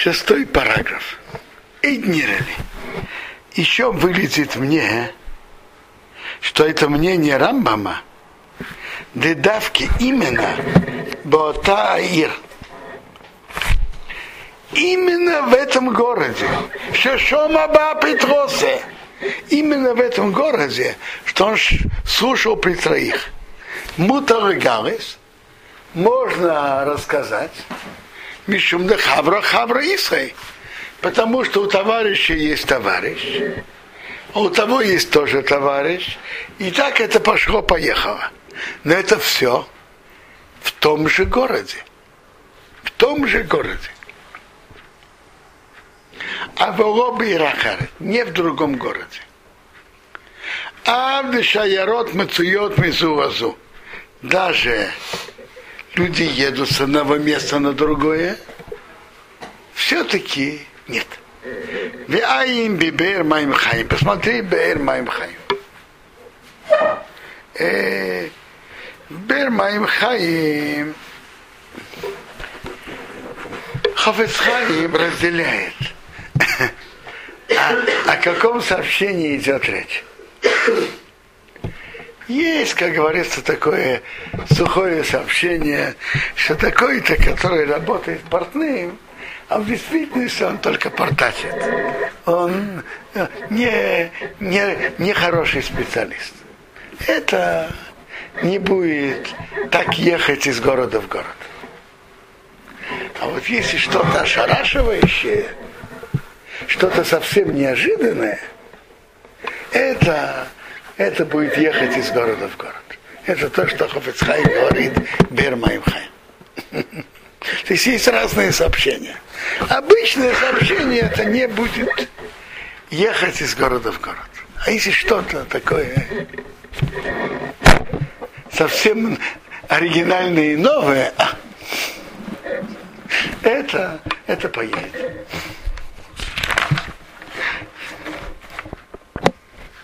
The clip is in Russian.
6 параграф. Эйднирали. Еще вылезет мне, что это мнение Рамбама, дедавки именно Ботаир. Именно в этом городе, Шешомаба Петросе, именно в этом городе, что он слушал при троих. Мутар Галис можно рассказать, Мишум де Хавра Исрей, потому что у товарища есть товарищ, а у того есть тоже товарищ, и так это пошло-поехало. Но это все в том же городе. В том же городе. А в Лобби Рахар, не в другом городе. А в Шаярот Мацуйот Мизуазу. Даже люди едут с одного места на другое, все-таки нет. Веаим бибер маим хаим. Посмотри, бер маим хаим. Бер маим хаим. Хафец Хаим разделяет. О каком сообщении идет речь? Есть, как говорится, такое сухое сообщение, что такой-то, который работает портным, а в действительности он только портачит. Он не хороший специалист. Это не будет так ехать из города в город. А вот если что-то ошарашивающее, что-то совсем неожиданное, это будет ехать из города в город. Это то, что Хафец Хаим говорит Бер Маим Хаим. То есть разные сообщения. Обычное сообщение это не будет ехать из города в город. А если что-то такое совсем оригинальное и новое, это поедет.